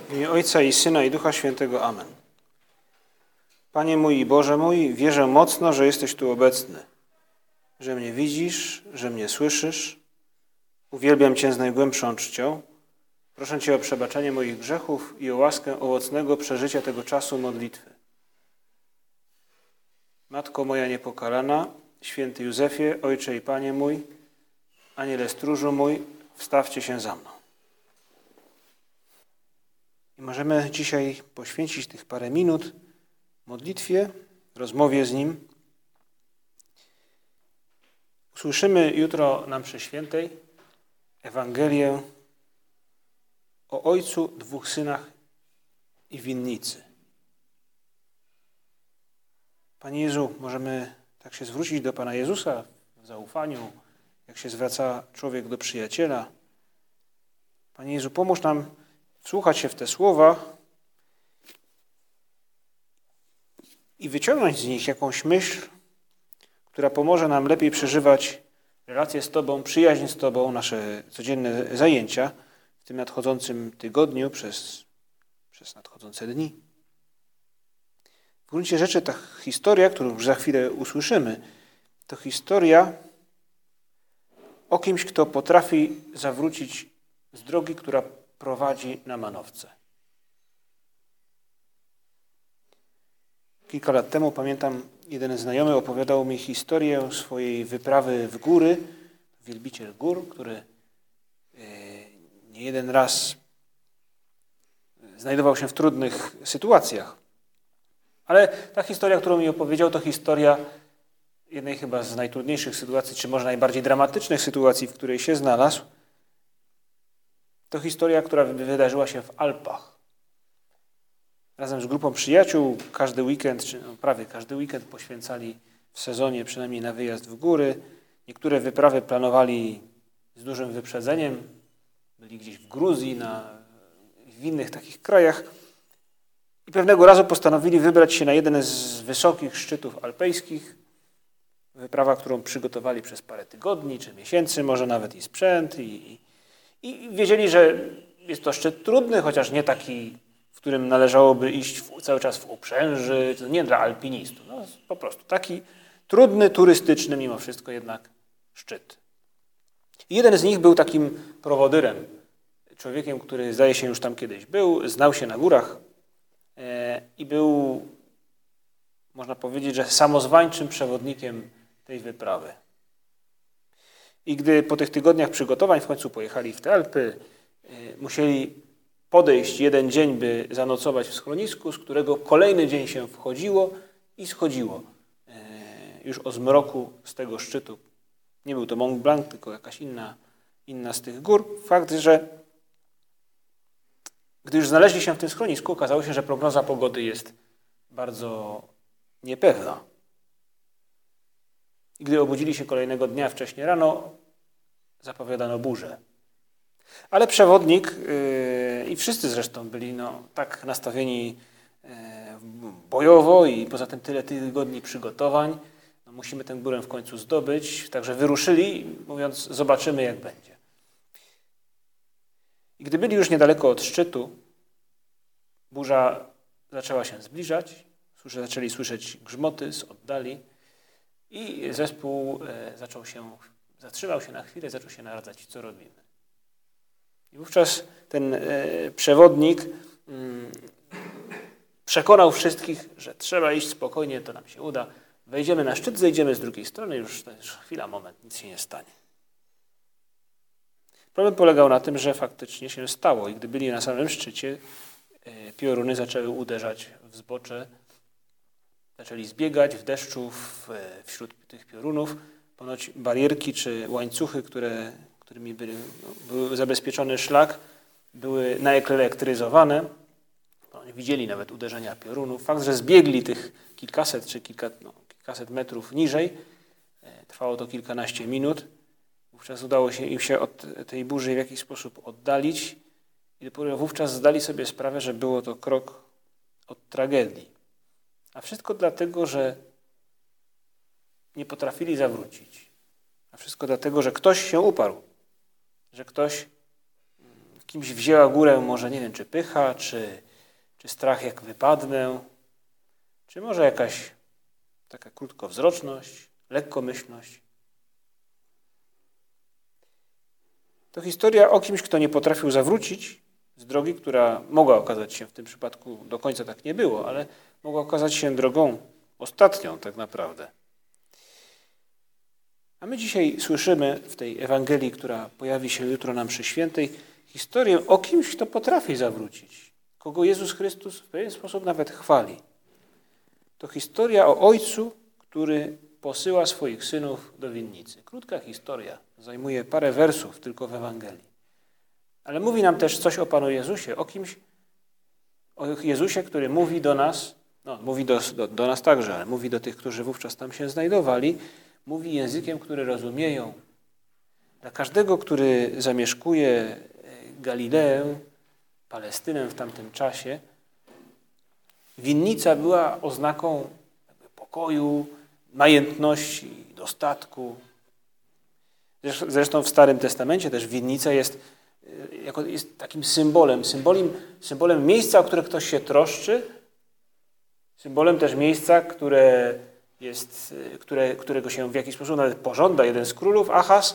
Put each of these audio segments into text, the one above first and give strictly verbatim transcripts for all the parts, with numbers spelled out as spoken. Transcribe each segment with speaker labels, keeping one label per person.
Speaker 1: W imię Ojca i Syna i Ducha Świętego. Amen. Panie mój i Boże mój, wierzę mocno, że jesteś tu obecny, że mnie widzisz, że mnie słyszysz. Uwielbiam Cię z najgłębszą czcią. Proszę Cię o przebaczenie moich grzechów i o łaskę owocnego przeżycia tego czasu modlitwy. Matko moja niepokalana, święty Józefie, Ojcze i Panie mój, Aniele stróżu mój, wstawcie się za mną. I możemy dzisiaj poświęcić tych parę minut modlitwie, rozmowie z Nim. Usłyszymy jutro na mszy świętej Ewangelię o Ojcu, dwóch synach i winnicy. Panie Jezu, możemy tak się zwrócić do Pana Jezusa w zaufaniu, jak się zwraca człowiek do przyjaciela. Panie Jezu, pomóż nam wsłuchać się w te słowa i wyciągnąć z nich jakąś myśl, która pomoże nam lepiej przeżywać relacje z Tobą, przyjaźń z Tobą, nasze codzienne zajęcia w tym nadchodzącym tygodniu, przez, przez nadchodzące dni. W gruncie rzeczy ta historia, którą już za chwilę usłyszymy, to historia o kimś, kto potrafi zawrócić z drogi, która prowadzi na manowce. Kilka lat temu, pamiętam, jeden znajomy opowiadał mi historię swojej wyprawy w góry, wielbiciel gór, który nie jeden raz znajdował się w trudnych sytuacjach. Ale ta historia, którą mi opowiedział, to historia jednej chyba z najtrudniejszych sytuacji, czy może najbardziej dramatycznych sytuacji, w której się znalazł. To historia, która wydarzyła się w Alpach. Razem z grupą przyjaciół każdy weekend, czy no prawie każdy weekend poświęcali w sezonie przynajmniej na wyjazd w góry. Niektóre wyprawy planowali z dużym wyprzedzeniem. Byli gdzieś w Gruzji, na, w innych takich krajach. I pewnego razu postanowili wybrać się na jeden z wysokich szczytów alpejskich. Wyprawa, którą przygotowali przez parę tygodni czy miesięcy, może nawet i sprzęt. I, i wiedzieli, że jest to szczyt trudny, chociaż nie taki, w którym należałoby iść w, cały czas w uprzęży, to nie dla alpinistów. No, po prostu taki trudny, turystyczny mimo wszystko jednak szczyt. I jeden z nich był takim prowodyrem, człowiekiem, który zdaje się już tam kiedyś był, znał się na górach e, i był, można powiedzieć, że samozwańczym przewodnikiem tej wyprawy. I gdy po tych tygodniach przygotowań w końcu pojechali w te Alpy, e, musieli podejść jeden dzień, by zanocować w schronisku, z którego kolejny dzień się wchodziło i schodziło. E, już o zmroku z tego szczytu. Nie był to Mont Blanc, tylko jakaś inna, inna z tych gór. Fakt, że gdy już znaleźli się w tym schronisku, okazało się, że prognoza pogody jest bardzo niepewna. I gdy obudzili się kolejnego dnia wcześnie rano, zapowiadano burzę. Ale przewodnik yy, i wszyscy zresztą byli no, tak nastawieni yy, bojowo i poza tym tyle tygodni przygotowań. No, musimy tę górę w końcu zdobyć. Także wyruszyli, mówiąc, zobaczymy jak będzie. I gdy byli już niedaleko od szczytu, burza zaczęła się zbliżać. Zaczęli słyszeć grzmoty z oddali i zespół yy, zaczął się, zatrzymał się na chwilę, zaczął się naradzać, co robimy. I wówczas ten e, przewodnik mm, przekonał wszystkich, że trzeba iść spokojnie, to nam się uda. Wejdziemy na szczyt, zejdziemy z drugiej strony, już to jest chwila, moment, nic się nie stanie. Problem polegał na tym, że faktycznie się stało i gdy byli na samym szczycie, e, pioruny zaczęły uderzać w zbocze, zaczęli zbiegać w deszczu w, wśród tych piorunów. Ponoć barierki czy łańcuchy, które którymi byli, no, był zabezpieczony szlak, były naelektryzowane. Oni widzieli nawet uderzenia piorunów. Fakt, że zbiegli tych kilkaset czy kilka, no, kilkaset metrów niżej, e, trwało to kilkanaście minut. Wówczas udało się im się od tej burzy w jakiś sposób oddalić i dopiero wówczas zdali sobie sprawę, że było to krok od tragedii. A wszystko dlatego, że nie potrafili zawrócić. A wszystko dlatego, że ktoś się uparł. Że ktoś kimś wzięła górę może, nie wiem, czy pycha, czy, czy strach, jak wypadnę, czy może jakaś taka krótkowzroczność, lekkomyślność. To historia o kimś, kto nie potrafił zawrócić z drogi, która mogła okazać się, w tym przypadku do końca tak nie było, ale mogła okazać się drogą ostatnią tak naprawdę. A my dzisiaj słyszymy w tej Ewangelii, która pojawi się jutro na mszy świętej, historię o kimś, kto potrafi zawrócić, kogo Jezus Chrystus w pewien sposób nawet chwali. To historia o ojcu, który posyła swoich synów do winnicy. Krótka historia, zajmuje parę wersów tylko w Ewangelii. Ale mówi nam też coś o Panu Jezusie, o kimś, o Jezusie, który mówi do nas, no mówi do, do, do nas także, ale mówi do tych, którzy wówczas tam się znajdowali, mówi językiem, który rozumieją. Dla każdego, który zamieszkuje Galileę, Palestynę w tamtym czasie, winnica była oznaką pokoju, majętności, dostatku. Zresztą w Starym Testamencie też winnica jest, jako, jest takim symbolem, symbolem, symbolem miejsca, o które ktoś się troszczy, symbolem też miejsca, które jest, które, którego się w jakiś sposób nawet pożąda. Jeden z królów, Achaz,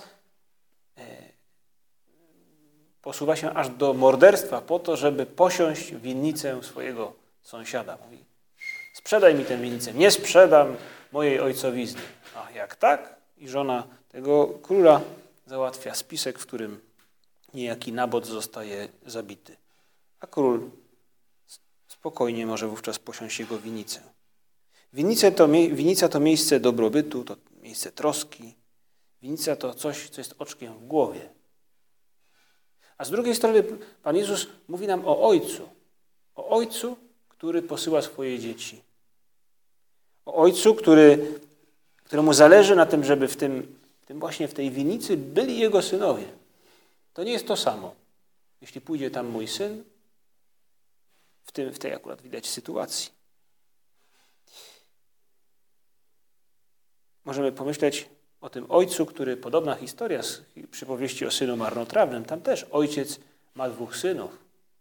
Speaker 1: posuwa się aż do morderstwa po to, żeby posiąść winnicę swojego sąsiada. Mówi, sprzedaj mi tę winnicę. Nie sprzedam mojej ojcowizny. A jak tak? I żona tego króla załatwia spisek, w którym niejaki Nabot zostaje zabity. A król spokojnie może wówczas posiąść jego winnicę. Winnice to, winnica to miejsce dobrobytu, to miejsce troski. Winnica to coś, co jest oczkiem w głowie. A z drugiej strony Pan Jezus mówi nam o Ojcu. O Ojcu, który posyła swoje dzieci. O Ojcu, który, któremu zależy na tym, żeby w tym, w tym właśnie w tej winnicy byli Jego synowie. To nie jest to samo. Jeśli pójdzie tam mój syn, w, tym, w tej akurat widać sytuacji. Możemy pomyśleć o tym ojcu, który, podobna historia z przypowieści o synu marnotrawnym, tam też ojciec ma dwóch synów.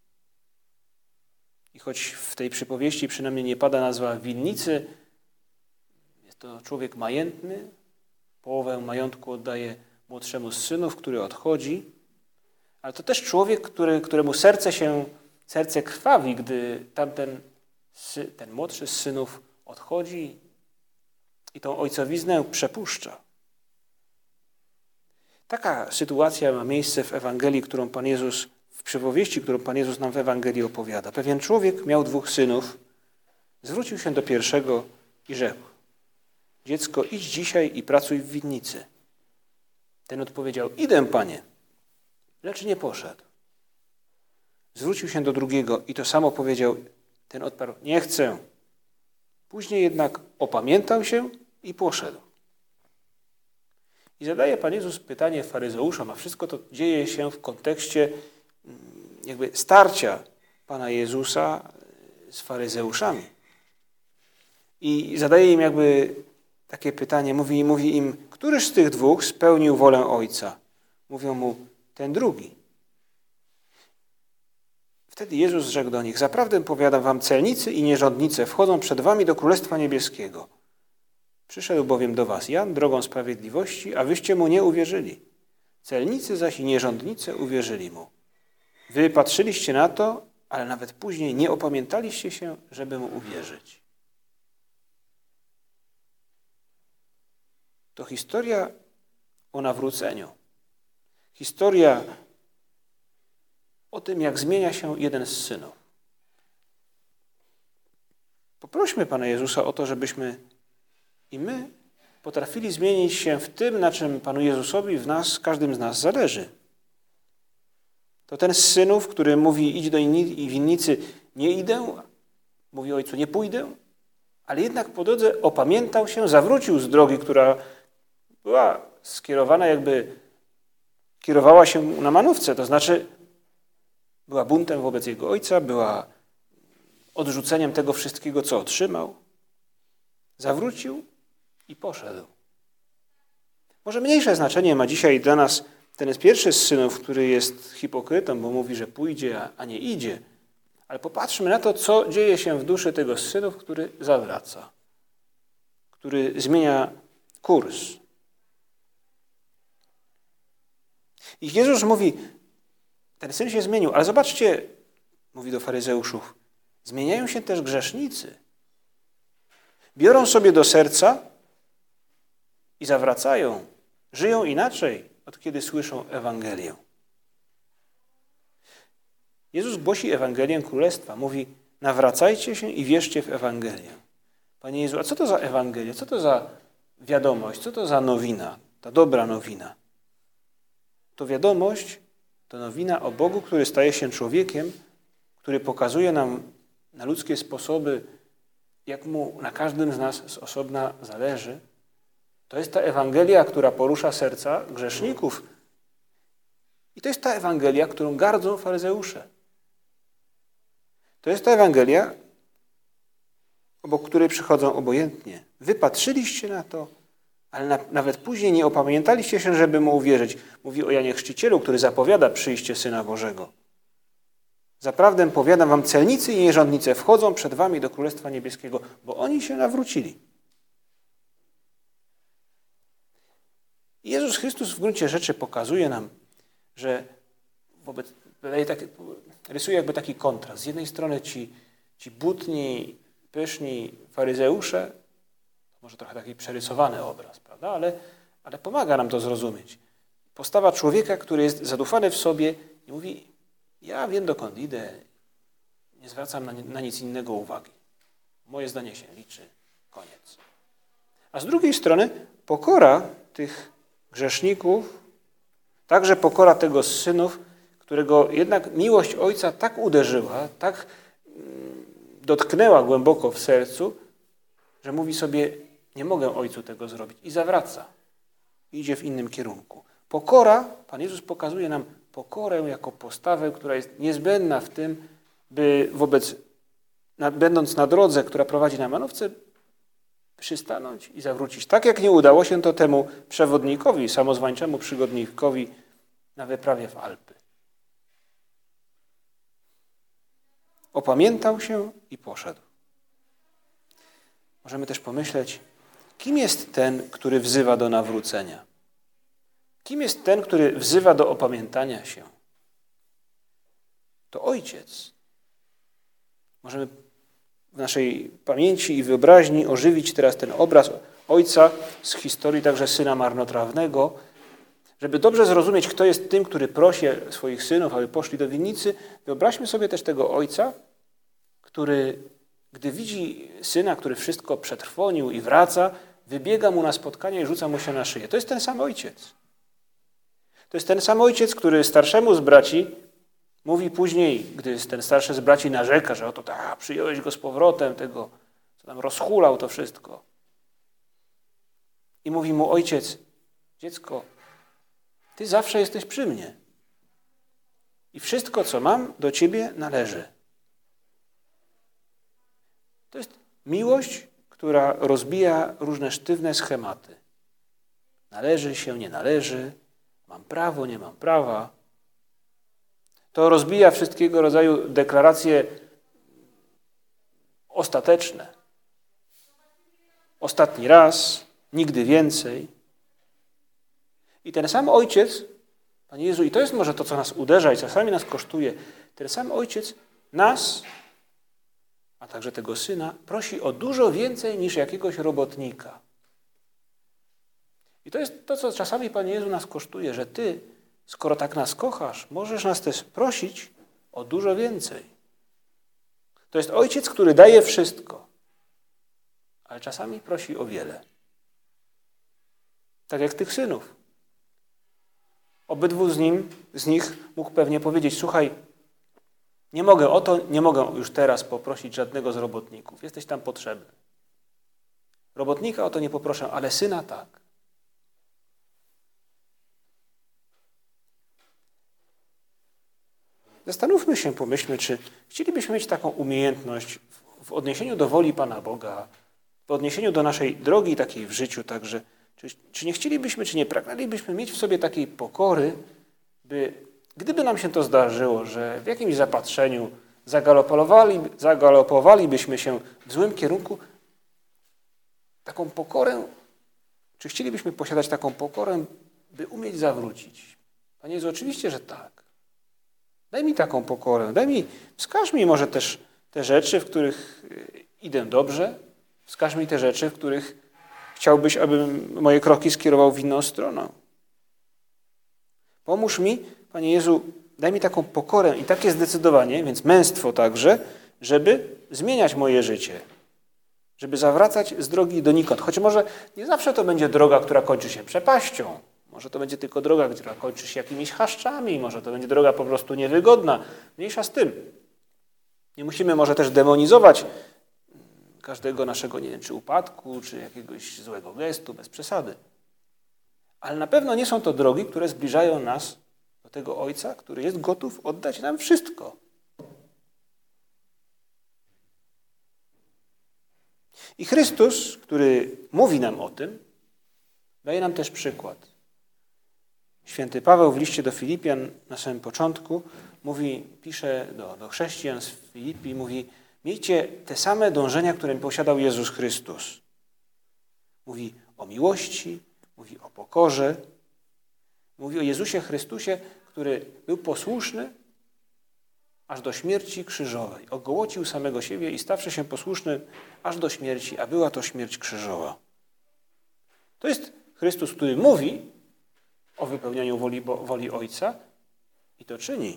Speaker 1: I choć w tej przypowieści przynajmniej nie pada nazwa winnicy, jest to człowiek majętny, połowę majątku oddaje młodszemu z synów, który odchodzi, ale to też człowiek, który, któremu serce się, serce krwawi, gdy tamten, ten młodszy z synów odchodzi i tą ojcowiznę przepuszcza. Taka sytuacja ma miejsce w Ewangelii, którą Pan Jezus, w przypowieści, którą Pan Jezus nam w Ewangelii opowiada. Pewien człowiek miał dwóch synów, zwrócił się do pierwszego i rzekł: dziecko, idź dzisiaj i pracuj w winnicy. Ten odpowiedział: idę, panie, lecz nie poszedł. Zwrócił się do drugiego i to samo powiedział. Ten odparł: nie chcę. Później jednak opamiętał się i poszedł. I zadaje Pan Jezus pytanie faryzeuszom, a wszystko to dzieje się w kontekście jakby starcia Pana Jezusa z faryzeuszami. I zadaje im jakby takie pytanie, mówi, mówi im, któryż z tych dwóch spełnił wolę Ojca? Mówią mu, ten drugi. Wtedy Jezus rzekł do nich: zaprawdę powiadam wam, celnicy i nierządnice wchodzą przed wami do Królestwa Niebieskiego. Przyszedł bowiem do was Jan drogą sprawiedliwości, a wyście mu nie uwierzyli. Celnicy zaś i nierządnice uwierzyli mu. Wy patrzyliście na to, ale nawet później nie opamiętaliście się, żeby mu uwierzyć. To historia o nawróceniu. Historia o tym, jak zmienia się jeden z synów. Poprośmy Pana Jezusa o to, żebyśmy i my potrafili zmienić się w tym, na czym Panu Jezusowi w nas, każdym z nas zależy. To ten z synów, który mówi: idź do winnicy, nie idę, mówi ojcu: nie pójdę, ale jednak po drodze opamiętał się, zawrócił z drogi, która była skierowana, jakby kierowała się na manówce, to znaczy była buntem wobec jego ojca, była odrzuceniem tego wszystkiego, co otrzymał. Zawrócił i poszedł. Może mniejsze znaczenie ma dzisiaj dla nas ten jest pierwszy z synów, który jest hipokrytą, bo mówi, że pójdzie, a nie idzie. Ale popatrzmy na to, co dzieje się w duszy tego z synów, który zawraca, który zmienia kurs. I Jezus mówi, ten syn się zmienił, ale zobaczcie, mówi do faryzeuszów, zmieniają się też grzesznicy. Biorą sobie do serca i zawracają. Żyją inaczej, od kiedy słyszą Ewangelię. Jezus głosi Ewangelię Królestwa. Mówi, nawracajcie się i wierzcie w Ewangelię. Panie Jezu, a co to za Ewangelia? Co to za wiadomość? Co to za nowina? Ta dobra nowina. To wiadomość, to nowina o Bogu, który staje się człowiekiem, który pokazuje nam na ludzkie sposoby, jak mu na każdym z nas z osobna zależy. To jest ta Ewangelia, która porusza serca grzeszników. I to jest ta Ewangelia, którą gardzą faryzeusze. To jest ta Ewangelia, obok której przychodzą obojętnie. Wy patrzyliście na to, ale na, nawet później nie opamiętaliście się, żeby mu uwierzyć. Mówi o Janie Chrzcicielu, który zapowiada przyjście Syna Bożego. Zaprawdę powiadam wam, celnicy i nierządnice wchodzą przed wami do Królestwa Niebieskiego, bo oni się nawrócili. Jezus Chrystus w gruncie rzeczy pokazuje nam, że wobec, rysuje jakby taki kontrast. Z jednej strony ci, ci butni, pyszni faryzeusze, może trochę taki przerysowany obraz, prawda? Ale, ale pomaga nam to zrozumieć. Postawa człowieka, który jest zadufany w sobie i mówi, ja wiem dokąd idę, nie zwracam na, na nic innego uwagi. Moje zdanie się liczy, koniec. A z drugiej strony pokora tych grzeszników, także pokora tego z synów, którego jednak miłość Ojca tak uderzyła, tak dotknęła głęboko w sercu, że mówi sobie, nie mogę Ojcu tego zrobić i zawraca. Idzie w innym kierunku. Pokora, Pan Jezus pokazuje nam pokorę jako postawę, która jest niezbędna w tym, by wobec, będąc na drodze, która prowadzi na manowce, przystanąć i zawrócić. Tak jak nie udało się to temu przewodnikowi, samozwańczemu przygodnikowi na wyprawie w Alpy. Opamiętał się i poszedł. Możemy też pomyśleć, kim jest ten, który wzywa do nawrócenia? Kim jest ten, który wzywa do opamiętania się? To Ojciec. Możemy w naszej pamięci i wyobraźni ożywić teraz ten obraz Ojca z historii także syna marnotrawnego, żeby dobrze zrozumieć, kto jest tym, który prosi swoich synów, aby poszli do winnicy. Wyobraźmy sobie też tego Ojca, który, gdy widzi syna, który wszystko przetrwonił i wraca, wybiega mu na spotkanie i rzuca mu się na szyję. To jest ten sam Ojciec. To jest ten sam Ojciec, który starszemu z braci mówi później, gdy ten starszy z braci narzeka, że oto tak, przyjąłeś go z powrotem, tego, co tam rozhulał to wszystko. I mówi mu Ojciec, dziecko, ty zawsze jesteś przy mnie. I wszystko, co mam, do ciebie należy. To jest miłość, która rozbija różne sztywne schematy. Należy się, nie należy, mam prawo, nie mam prawa. To rozbija wszystkiego rodzaju deklaracje ostateczne. Ostatni raz, nigdy więcej. I ten sam Ojciec, Panie Jezu, i to jest może to, co nas uderza i czasami nas kosztuje, ten sam Ojciec nas, a także tego Syna, prosi o dużo więcej niż jakiegoś robotnika. I to jest to, co czasami, Panie Jezu, nas kosztuje, że Ty, skoro tak nas kochasz, możesz nas też prosić o dużo więcej. To jest Ojciec, który daje wszystko, ale czasami prosi o wiele. Tak jak tych synów. Obydwu z nim, z nich mógł pewnie powiedzieć, słuchaj, nie mogę o to, nie mogę już teraz poprosić żadnego z robotników. Jesteś tam potrzebny. Robotnika o to nie poproszę, ale syna tak. Zastanówmy się, pomyślmy, czy chcielibyśmy mieć taką umiejętność w odniesieniu do woli Pana Boga, w odniesieniu do naszej drogi takiej w życiu także, Czy, czy nie chcielibyśmy, czy nie pragnęlibyśmy mieć w sobie takiej pokory, by gdyby nam się to zdarzyło, że w jakimś zapatrzeniu zagalopowali, zagalopowalibyśmy się w złym kierunku, taką pokorę, czy chcielibyśmy posiadać taką pokorę, by umieć zawrócić? Panie Jezu, oczywiście, że tak. Daj mi taką pokorę, daj mi, wskaż mi może też te rzeczy, w których idę dobrze, wskaż mi te rzeczy, w których chciałbyś, abym moje kroki skierował w inną stronę. Pomóż mi, Panie Jezu, daj mi taką pokorę i takie zdecydowanie, więc męstwo także, żeby zmieniać moje życie, żeby zawracać z drogi donikąd. Choć może nie zawsze to będzie droga, która kończy się przepaścią. Może to będzie tylko droga, która kończy się jakimiś chaszczami, może to będzie droga po prostu niewygodna. Mniejsza z tym. Nie musimy może też demonizować każdego naszego, nie wiem, czy upadku, czy jakiegoś złego gestu, bez przesady. Ale na pewno nie są to drogi, które zbliżają nas do tego Ojca, który jest gotów oddać nam wszystko. I Chrystus, który mówi nam o tym, daje nam też przykład. Święty Paweł w liście do Filipian na samym początku mówi, pisze do, do chrześcijan z Filipi, mówi: miejcie te same dążenia, które posiadał Jezus Chrystus. Mówi o miłości, mówi o pokorze, mówi o Jezusie Chrystusie, który był posłuszny aż do śmierci krzyżowej. Ogołocił samego siebie i stawszy się posłuszny aż do śmierci, a była to śmierć krzyżowa. To jest Chrystus, który mówi o wypełnianiu woli, woli Ojca i to czyni.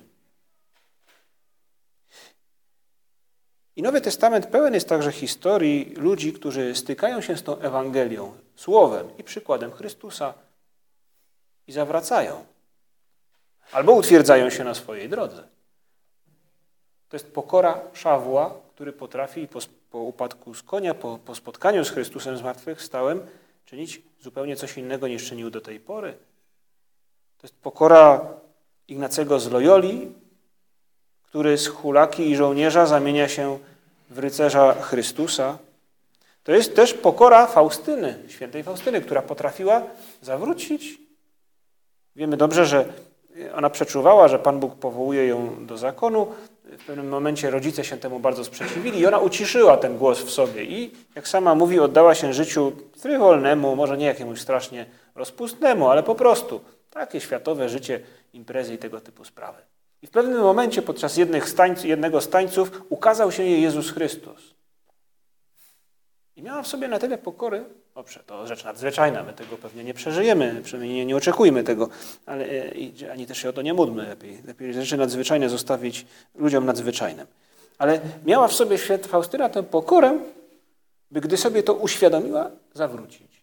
Speaker 1: I Nowy Testament pełen jest także historii ludzi, którzy stykają się z tą Ewangelią, słowem i przykładem Chrystusa i zawracają. Albo utwierdzają się na swojej drodze. To jest pokora Szawła, który potrafi po, po upadku z konia, po, po spotkaniu z Chrystusem zmartwychwstałym czynić zupełnie coś innego, niż czynił do tej pory. To jest pokora Ignacego z Loyoli, który z hulaki i żołnierza zamienia się w rycerza Chrystusa. To jest też pokora Faustyny, świętej Faustyny, która potrafiła zawrócić. Wiemy dobrze, że ona przeczuwała, że Pan Bóg powołuje ją do zakonu. W pewnym momencie rodzice się temu bardzo sprzeciwili i ona uciszyła ten głos w sobie i, jak sama mówi, oddała się życiu frywolnemu, może nie jakiemuś strasznie rozpustnemu, ale po prostu takie światowe życie, imprezy i tego typu sprawy. I w pewnym momencie podczas jednych stańc, jednego z tańców ukazał się jej Jezus Chrystus. I miała w sobie na tyle pokory, dobrze, to rzecz nadzwyczajna, my tego pewnie nie przeżyjemy, przynajmniej nie, nie oczekujmy tego, ale ani też się o to nie módlmy, lepiej, lepiej rzeczy nadzwyczajne zostawić ludziom nadzwyczajnym. Ale miała w sobie święta Faustyna tę pokorę, by gdy sobie to uświadomiła, zawrócić.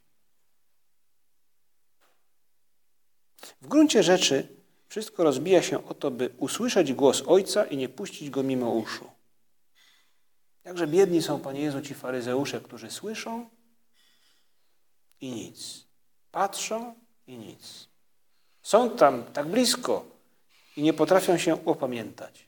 Speaker 1: W gruncie rzeczy wszystko rozbija się o to, by usłyszeć głos Ojca i nie puścić go mimo uszu. Jakże biedni są, Panie Jezu, ci faryzeusze, którzy słyszą i nic. Patrzą i nic. Są tam tak blisko i nie potrafią się opamiętać.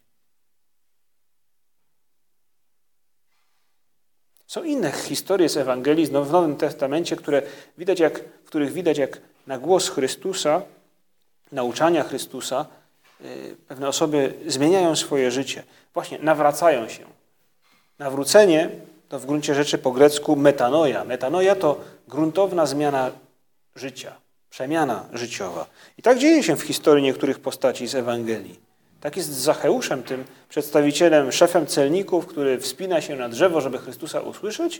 Speaker 1: Są inne historie z Ewangelii w Nowym Testamencie, które widać jak, w których widać, jak na głos Chrystusa, nauczania Chrystusa, pewne osoby zmieniają swoje życie. Właśnie nawracają się. Nawrócenie to w gruncie rzeczy po grecku metanoia. Metanoia to gruntowna zmiana życia, przemiana życiowa. I tak dzieje się w historii niektórych postaci z Ewangelii. Tak jest z Zacheuszem, tym przedstawicielem, szefem celników, który wspina się na drzewo, żeby Chrystusa usłyszeć.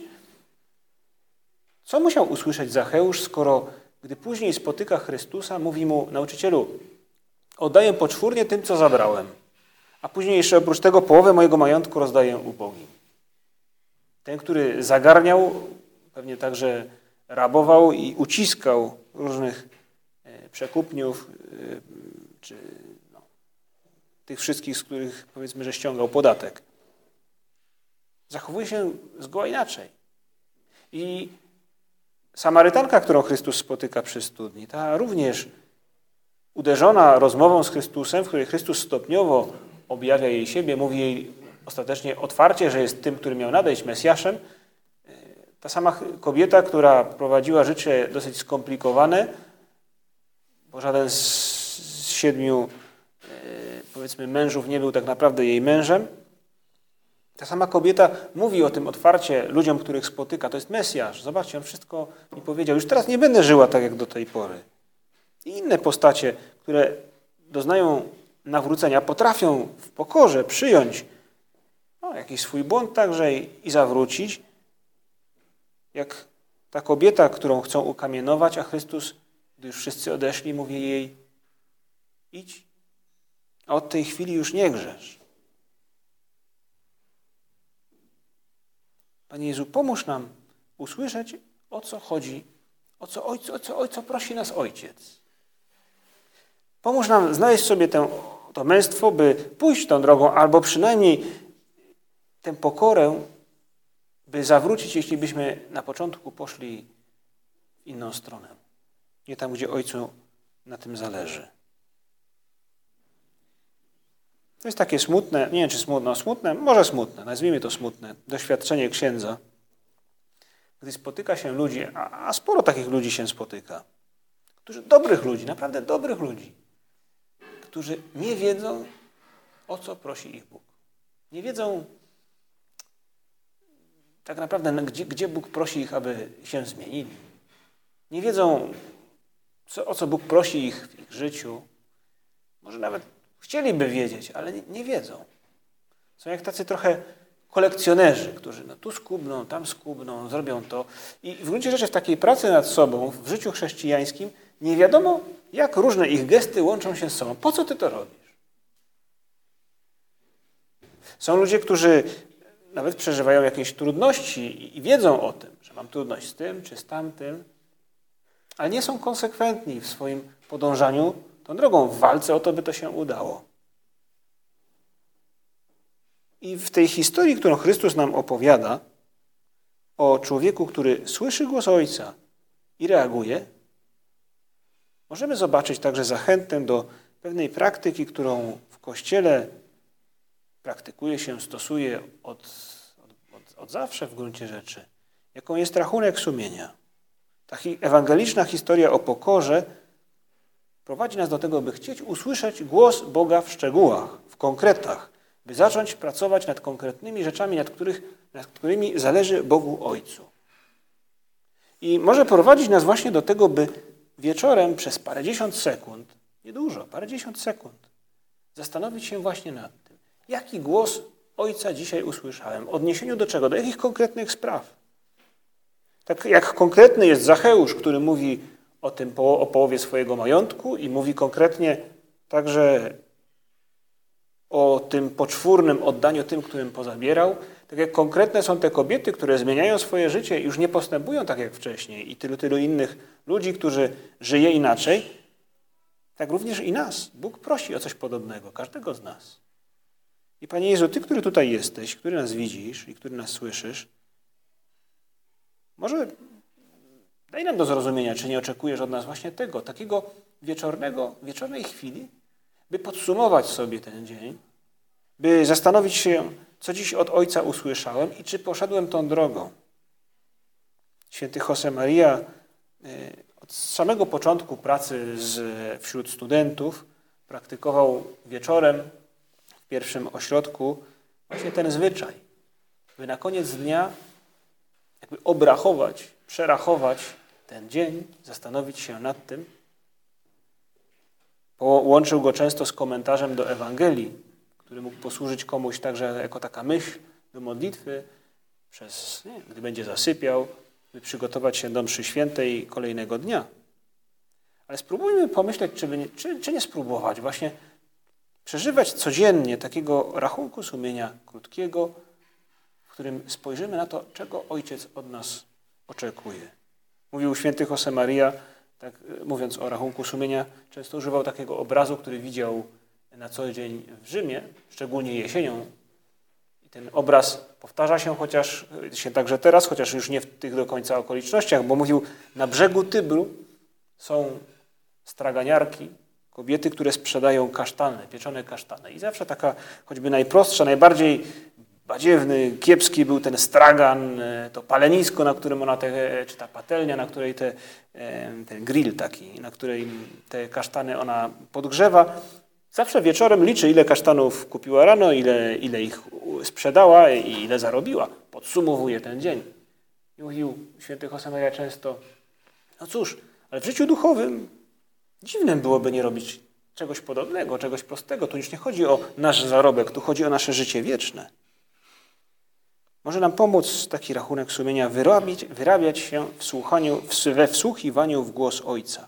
Speaker 1: Co musiał usłyszeć Zacheusz, skoro gdy później spotyka Chrystusa, mówi mu: nauczycielu, oddaję poczwórnie tym, co zabrałem, a później jeszcze oprócz tego połowę mojego majątku rozdaję ubogim. Ten, który zagarniał, pewnie także rabował i uciskał różnych przekupniów, czy no, tych wszystkich, z których, powiedzmy, że ściągał podatek. Zachowuje się zgoła inaczej. I Samarytanka, którą Chrystus spotyka przy studni, ta również uderzona rozmową z Chrystusem, w której Chrystus stopniowo objawia jej siebie, mówi jej ostatecznie otwarcie, że jest tym, który miał nadejść Mesjaszem, Ta sama kobieta, która prowadziła życie dosyć skomplikowane, bo żaden z, z siedmiu, powiedzmy, mężów nie był tak naprawdę jej mężem. Ta sama kobieta mówi o tym otwarcie ludziom, których spotyka. To jest Mesjasz. Zobaczcie, on wszystko mi powiedział. Już teraz nie będę żyła tak, jak do tej pory. I inne postacie, które doznają nawrócenia, potrafią w pokorze przyjąć no, jakiś swój błąd także i, i zawrócić. Jak ta kobieta, którą chcą ukamienować, a Chrystus, gdy już wszyscy odeszli, mówi jej: idź, a od tej chwili już nie grzesz. Panie Jezu, pomóż nam usłyszeć, o co chodzi, o co, ojcu, o co, o co prosi nas Ojciec. Pomóż nam znaleźć sobie tę, to męstwo, by pójść tą drogą, albo przynajmniej tę pokorę, by zawrócić, jeśli byśmy na początku poszli w inną stronę. Nie tam, gdzie Ojcu na tym zależy. To jest takie smutne, nie wiem czy smutne, smutne, może smutne, nazwijmy to smutne, doświadczenie księdza, gdy spotyka się ludzi, a, a sporo takich ludzi się spotyka, którzy, dobrych ludzi, naprawdę dobrych ludzi, którzy nie wiedzą, o co prosi ich Bóg. Nie wiedzą tak naprawdę, gdzie, gdzie Bóg prosi ich, aby się zmienili. Nie wiedzą, co, o co Bóg prosi ich w ich życiu. Może nawet chcieliby wiedzieć, ale nie, nie wiedzą. Są jak tacy trochę kolekcjonerzy, którzy no, tu skubną, tam skubną, zrobią to. I w gruncie rzeczy w takiej pracy nad sobą, w życiu chrześcijańskim, nie wiadomo, jak różne ich gesty łączą się z sobą. Po co ty to robisz? Są ludzie, którzy nawet przeżywają jakieś trudności i wiedzą o tym, że mam trudność z tym czy z tamtym, ale nie są konsekwentni w swoim podążaniu tą drogą, w walce o to, by to się udało. I w tej historii, którą Chrystus nam opowiada, o człowieku, który słyszy głos Ojca i reaguje, możemy zobaczyć także zachętę do pewnej praktyki, którą w Kościele praktykuje się, stosuje od, od, od zawsze w gruncie rzeczy, jaką jest rachunek sumienia. Ta ewangeliczna historia o pokorze prowadzi nas do tego, by chcieć usłyszeć głos Boga w szczegółach, w konkretach, by zacząć pracować nad konkretnymi rzeczami, nad, których, nad którymi zależy Bogu Ojcu. I może prowadzić nas właśnie do tego, by wieczorem przez parędziesiąt sekund, niedużo, parędziesiąt sekund, zastanowić się właśnie nad tym, jaki głos Ojca dzisiaj usłyszałem, w odniesieniu do czego, do jakich konkretnych spraw. Tak jak konkretny jest Zacheusz, który mówi o tym o połowie swojego majątku i mówi konkretnie także o tym poczwórnym oddaniu tym, którym pozabierał. Tak jak konkretne są te kobiety, które zmieniają swoje życie i już nie postępują tak jak wcześniej i tylu, tylu innych ludzi, którzy żyje inaczej, tak również i nas. Bóg prosi o coś podobnego, każdego z nas. I Panie Jezu, Ty, który tutaj jesteś, który nas widzisz i który nas słyszysz, może daj nam do zrozumienia, czy nie oczekujesz od nas właśnie tego, takiego wieczornego, wieczornej chwili, by podsumować sobie ten dzień, by zastanowić się, co dziś od Ojca usłyszałem i czy poszedłem tą drogą. Święty Josemaria od samego początku pracy z, wśród studentów praktykował wieczorem w pierwszym ośrodku właśnie ten zwyczaj, by na koniec dnia jakby obrachować, przerachować ten dzień, zastanowić się nad tym. Łączył go często z komentarzem do Ewangelii, który mógł posłużyć komuś także jako taka myśl do modlitwy, przez, nie, gdy będzie zasypiał, by przygotować się do mszy świętej kolejnego dnia. Ale spróbujmy pomyśleć, czy, by nie, czy, czy nie spróbować właśnie przeżywać codziennie takiego rachunku sumienia krótkiego, w którym spojrzymy na to, czego Ojciec od nas oczekuje. Mówił święty Josemaria, tak mówiąc o rachunku sumienia, często używał takiego obrazu, który widział na co dzień w Rzymie, szczególnie jesienią. I ten obraz powtarza się chociaż się także teraz, chociaż już nie w tych do końca okolicznościach, bo mówił, na brzegu Tybru są straganiarki, kobiety, które sprzedają kasztany, pieczone kasztany. I zawsze taka choćby najprostsza, najbardziej badziewny, kiepski był ten stragan, to palenisko, na którym ona, te, czy ta patelnia, na której te, ten grill taki, na której te kasztany ona podgrzewa. Zawsze wieczorem liczy, ile kasztanów kupiła rano, ile, ile ich sprzedała i ile zarobiła. Podsumowuje ten dzień. I mówił święty Josemaria często, no cóż, ale w życiu duchowym dziwnym byłoby nie robić czegoś podobnego, czegoś prostego. Tu już nie chodzi o nasz zarobek, tu chodzi o nasze życie wieczne. Może nam pomóc taki rachunek sumienia wyrabiać, wyrabiać się w słuchaniu, we wsłuchiwaniu w głos Ojca.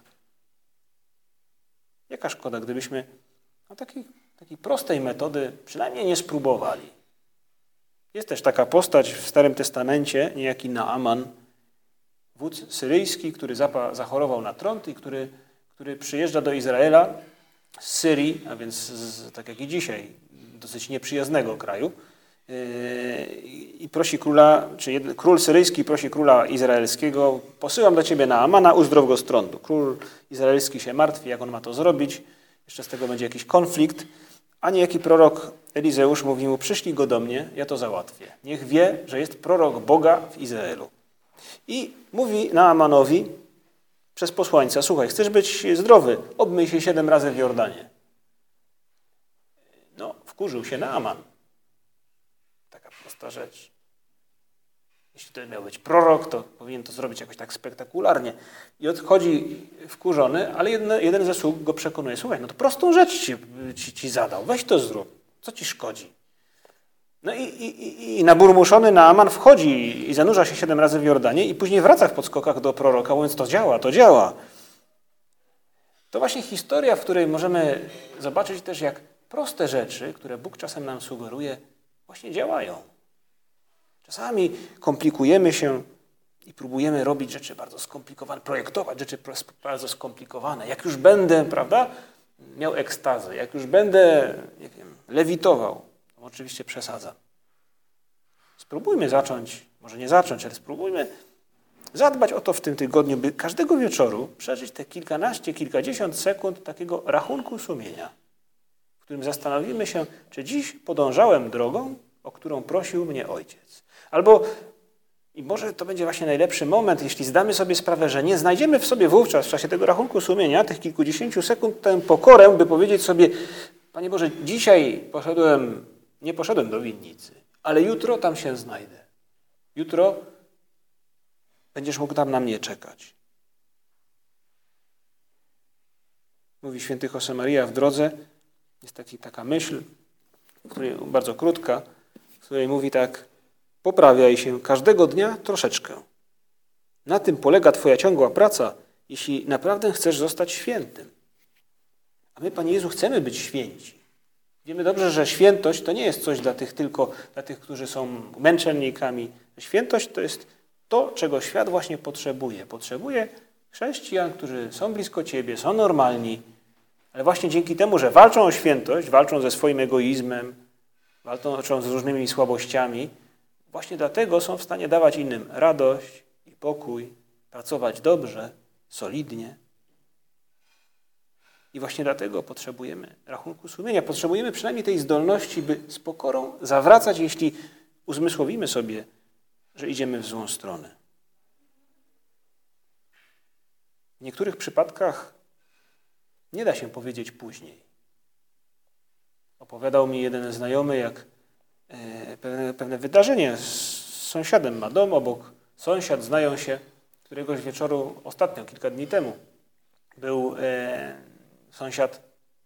Speaker 1: Jaka szkoda, gdybyśmy no, takiej, takiej prostej metody przynajmniej nie spróbowali. Jest też taka postać w Starym Testamencie, niejaki Naaman, wódz syryjski, który zachorował na trąd i który, który przyjeżdża do Izraela z Syrii, a więc z, tak jak i dzisiaj, dosyć nieprzyjaznego kraju, i prosi króla, czy jed, król syryjski prosi króla izraelskiego, posyłam do ciebie Naamana, uzdrow go z trądu. Król izraelski się martwi, jak on ma to zrobić, jeszcze z tego będzie jakiś konflikt, a niejaki prorok Elizeusz mówi mu, przyszlij go do mnie, ja to załatwię. Niech wie, że jest prorok Boga w Izraelu. I mówi Naamanowi przez posłańca, słuchaj, chcesz być zdrowy, obmyj się siedem razy w Jordanie. No, wkurzył się Naaman. Taka prosta rzecz. Jeśli to miał być prorok, to powinien to zrobić jakoś tak spektakularnie. I odchodzi wkurzony, ale jeden, jeden ze sług go przekonuje. Słuchaj, no to prostą rzecz ci, ci, ci zadał. Weź to zrób. Co ci szkodzi? No i, i, i naburmuszony Naaman wchodzi i zanurza się siedem razy w Jordanie i później wraca w podskokach do proroka, mówiąc, to działa, to działa. To właśnie historia, w której możemy zobaczyć też, jak proste rzeczy, które Bóg czasem nam sugeruje, właśnie działają. Czasami komplikujemy się i próbujemy robić rzeczy bardzo skomplikowane, projektować rzeczy bardzo skomplikowane. Jak już będę, prawda, miał ekstazę, jak już będę, nie wiem, lewitował, to oczywiście przesadzam. Spróbujmy zacząć, może nie zacząć, ale spróbujmy zadbać o to w tym tygodniu, by każdego wieczoru przeżyć te kilkanaście, kilkadziesiąt sekund takiego rachunku sumienia, w którym zastanowimy się, czy dziś podążałem drogą, o którą prosił mnie Ojciec. Albo, i może to będzie właśnie najlepszy moment, jeśli zdamy sobie sprawę, że nie znajdziemy w sobie wówczas w czasie tego rachunku sumienia, tych kilkudziesięciu sekund, tę pokorę, by powiedzieć sobie, Panie Boże, dzisiaj poszedłem, nie poszedłem do winnicy, ale jutro tam się znajdę. Jutro będziesz mógł tam na mnie czekać. Mówi święty Josemaria w drodze, jest taki, taka myśl, której, bardzo krótka, w której mówi tak, poprawiaj się każdego dnia troszeczkę. Na tym polega Twoja ciągła praca, jeśli naprawdę chcesz zostać świętym. A my, Panie Jezu, chcemy być święci. Wiemy dobrze, że świętość to nie jest coś dla tych tylko, dla tych, którzy są męczennikami. Świętość to jest to, czego świat właśnie potrzebuje. Potrzebuje chrześcijan, którzy są blisko Ciebie, są normalni, ale właśnie dzięki temu, że walczą o świętość, walczą ze swoim egoizmem, walczą z różnymi słabościami, właśnie dlatego są w stanie dawać innym radość i pokój, pracować dobrze, solidnie. I właśnie dlatego potrzebujemy rachunku sumienia. Potrzebujemy przynajmniej tej zdolności, by z pokorą zawracać, jeśli uzmysłowimy sobie, że idziemy w złą stronę. W niektórych przypadkach nie da się powiedzieć później. Opowiadał mi jeden znajomy, jak pewne, pewne wydarzenie z sąsiadem ma dom obok. Sąsiad, znają się, któregoś wieczoru, ostatnio, kilka dni temu, był e, sąsiad,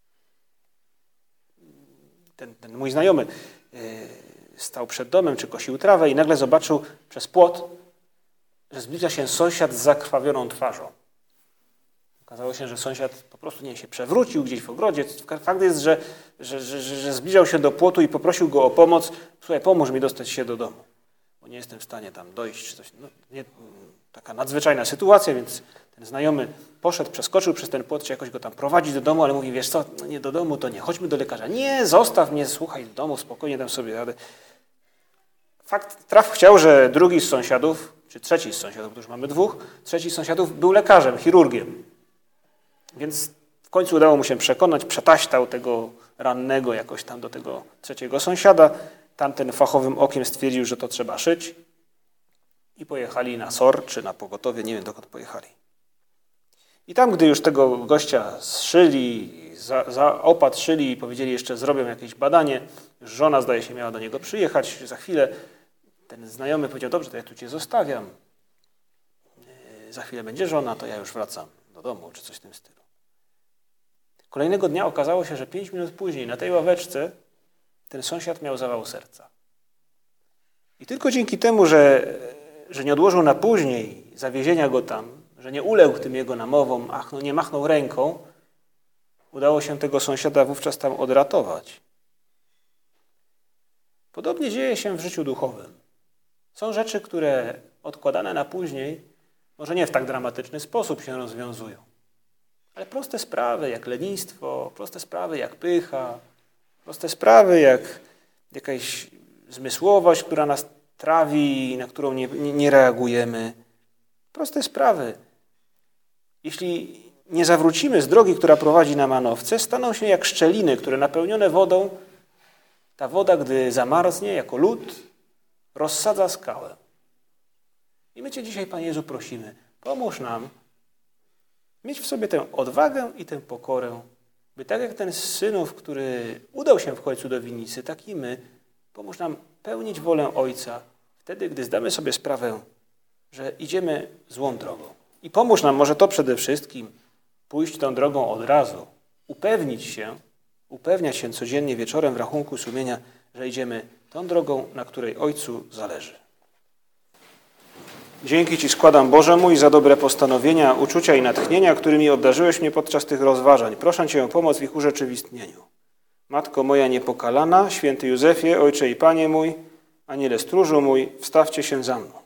Speaker 1: ten, ten mój znajomy, e, stał przed domem, czy kosił trawę i nagle zobaczył przez płot, że zbliża się sąsiad z zakrwawioną twarzą. Okazało się, że sąsiad po prostu nie się przewrócił gdzieś w ogrodzie. Fakt jest, że, że, że, że zbliżał się do płotu i poprosił go o pomoc. Słuchaj, pomóż mi dostać się do domu, bo nie jestem w stanie tam dojść. Czy coś. No, nie, taka nadzwyczajna sytuacja, więc ten znajomy poszedł, przeskoczył przez ten płot, czy jakoś go tam prowadzić do domu, ale mówi, wiesz co, no nie do domu, to nie, chodźmy do lekarza. Nie, zostaw mnie, słuchaj, w domu, spokojnie dam sobie radę. Fakt, traf chciał, że drugi z sąsiadów, czy trzeci z sąsiadów, bo już mamy dwóch, trzeci z sąsiadów był lekarzem, chirurgiem. Więc w końcu udało mu się przekonać, przetaśtał tego rannego jakoś tam do tego trzeciego sąsiada. tamten fachowym okiem stwierdził, że to trzeba szyć i pojechali na S O R czy na pogotowie, nie wiem dokąd pojechali. I tam, gdy już tego gościa zszyli, za, zaopatrzyli i powiedzieli jeszcze zrobią jakieś badanie, już żona zdaje się miała do niego przyjechać za chwilę, ten znajomy powiedział, dobrze, to ja tu cię zostawiam, za chwilę będzie żona, to ja już wracam do domu, czy coś w tym stylu. Kolejnego dnia okazało się, że pięć minut później na tej ławeczce ten sąsiad miał zawał serca. I tylko dzięki temu, że, że nie odłożył na później zawiezienia go tam, że nie uległ tym jego namowom, ach, no nie machnął ręką, udało się tego sąsiada wówczas tam odratować. Podobnie dzieje się w życiu duchowym. Są rzeczy, które odkładane na później, może nie w tak dramatyczny sposób się rozwiązują, ale proste sprawy jak lenistwo, proste sprawy jak pycha, proste sprawy jak jakaś zmysłowość, która nas trawi, na którą nie, nie, nie reagujemy. Proste sprawy. Jeśli nie zawrócimy z drogi, która prowadzi na manowce, staną się jak szczeliny, które napełnione wodą, ta woda, gdy zamarznie jako lód, rozsadza skałę. I my Cię dzisiaj, Panie Jezu, prosimy, pomóż nam mieć w sobie tę odwagę i tę pokorę, by tak jak ten z synów, który udał się w końcu do winnicy, tak i my, pomóż nam pełnić wolę Ojca, wtedy, gdy zdamy sobie sprawę, że idziemy złą drogą. I pomóż nam może to przede wszystkim pójść tą drogą od razu, upewnić się, upewniać się codziennie wieczorem w rachunku sumienia, że idziemy tą drogą, na której Ojcu zależy. Dzięki Ci składam, Boże mój, za dobre postanowienia, uczucia i natchnienia, którymi obdarzyłeś mnie podczas tych rozważań. Proszę Cię o pomoc w ich urzeczywistnieniu. Matko moja niepokalana, święty Józefie, Ojcze i Panie mój, Aniele stróżu mój, wstawcie się za mną.